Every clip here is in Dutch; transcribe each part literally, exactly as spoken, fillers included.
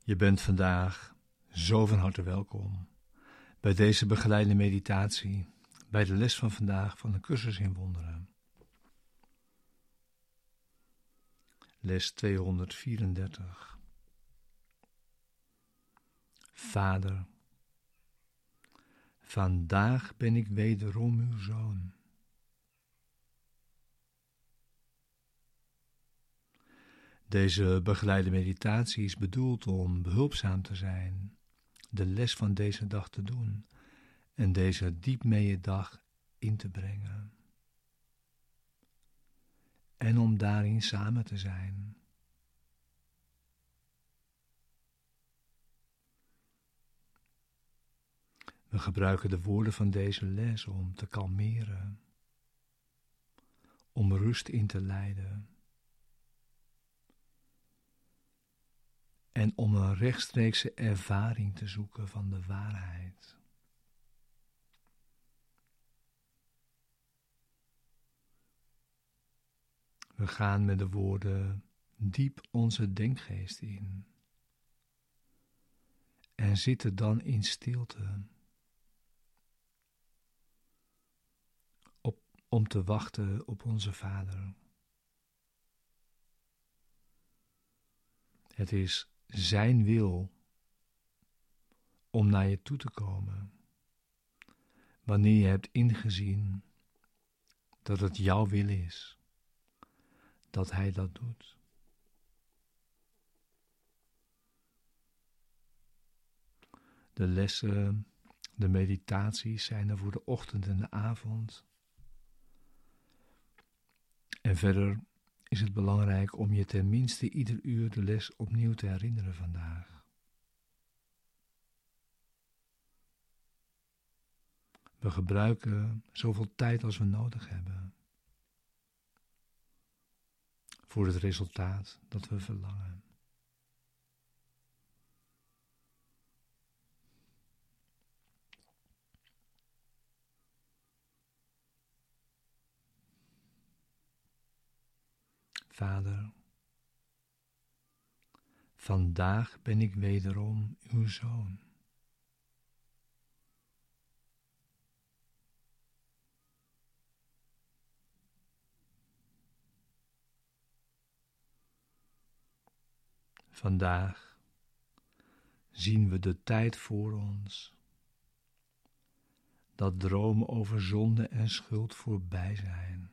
Je bent vandaag zo van harte welkom bij deze begeleide meditatie, bij de les van vandaag van de cursus in wonderen. Les tweehonderdvierendertig. Vader, vandaag ben ik wederom uw zoon. Deze begeleide meditatie is bedoeld om behulpzaam te zijn, de les van deze dag te doen en deze diep mee dag in te brengen. En om daarin samen te zijn. We gebruiken de woorden van deze les om te kalmeren, om rust in te leiden en om een rechtstreekse ervaring te zoeken van de waarheid. We gaan met de woorden diep onze denkgeest in en zitten dan in stilte op, om te wachten op onze Vader. Het is zijn wil om naar je toe te komen, wanneer je hebt ingezien dat het jouw wil is, dat hij dat doet. De lessen, de meditaties zijn er voor de ochtend en de avond. En verder is het belangrijk om je tenminste ieder uur de les opnieuw te herinneren vandaag. We gebruiken zoveel tijd als we nodig hebben voor het resultaat dat we verlangen. Vader, vandaag ben ik wederom uw zoon. Vandaag zien we de tijd voor ons dat dromen over zonde en schuld voorbij zijn.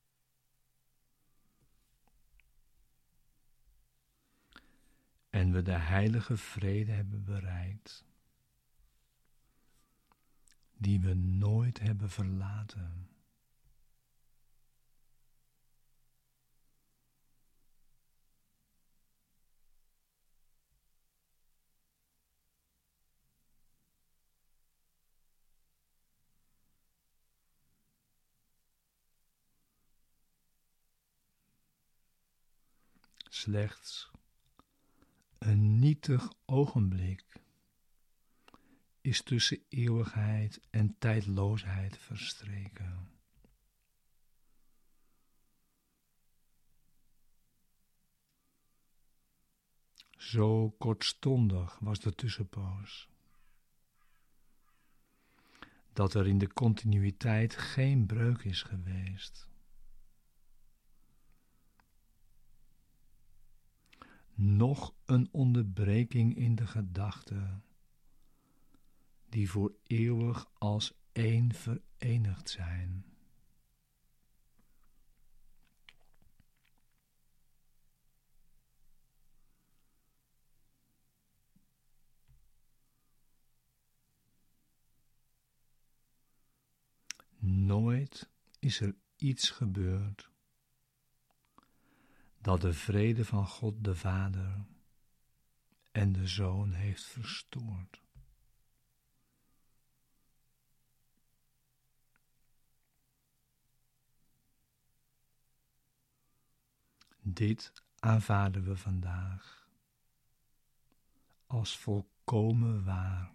En we de heilige vrede hebben bereikt, die we nooit hebben verlaten. Slechts een nietig ogenblik is tussen eeuwigheid en tijdloosheid verstreken. Zo kortstondig was de tussenpoos, dat er in de continuïteit geen breuk is geweest. Nog een onderbreking in de gedachten, die voor eeuwig als één verenigd zijn. Nooit is er iets gebeurd dat de vrede van God de Vader en de Zoon heeft verstoord. Dit aanvaarden we vandaag als volkomen waar.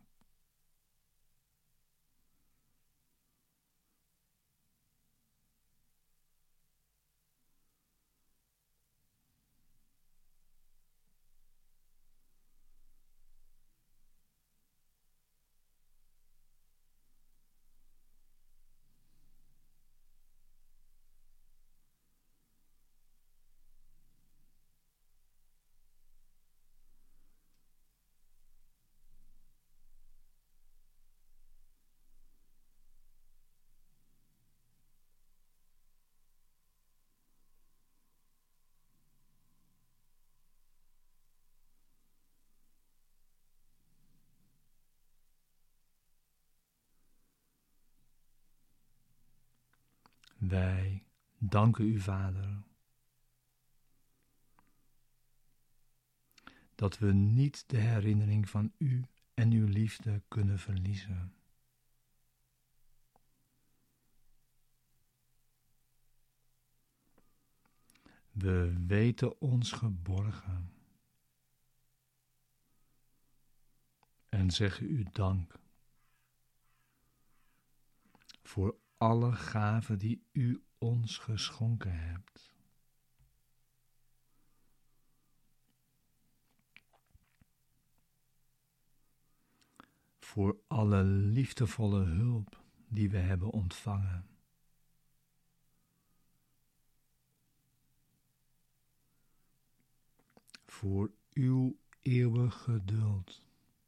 Wij danken u, Vader, dat we niet de herinnering van u en uw liefde kunnen verliezen. We weten ons geborgen en zeggen u dank voor alle gaven die u ons geschonken hebt. Voor alle liefdevolle hulp die we hebben ontvangen. Voor uw eeuwig geduld.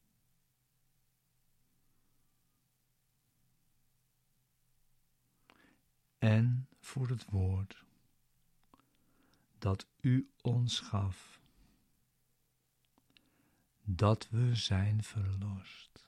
En voor het woord dat u ons gaf, dat we zijn verlost.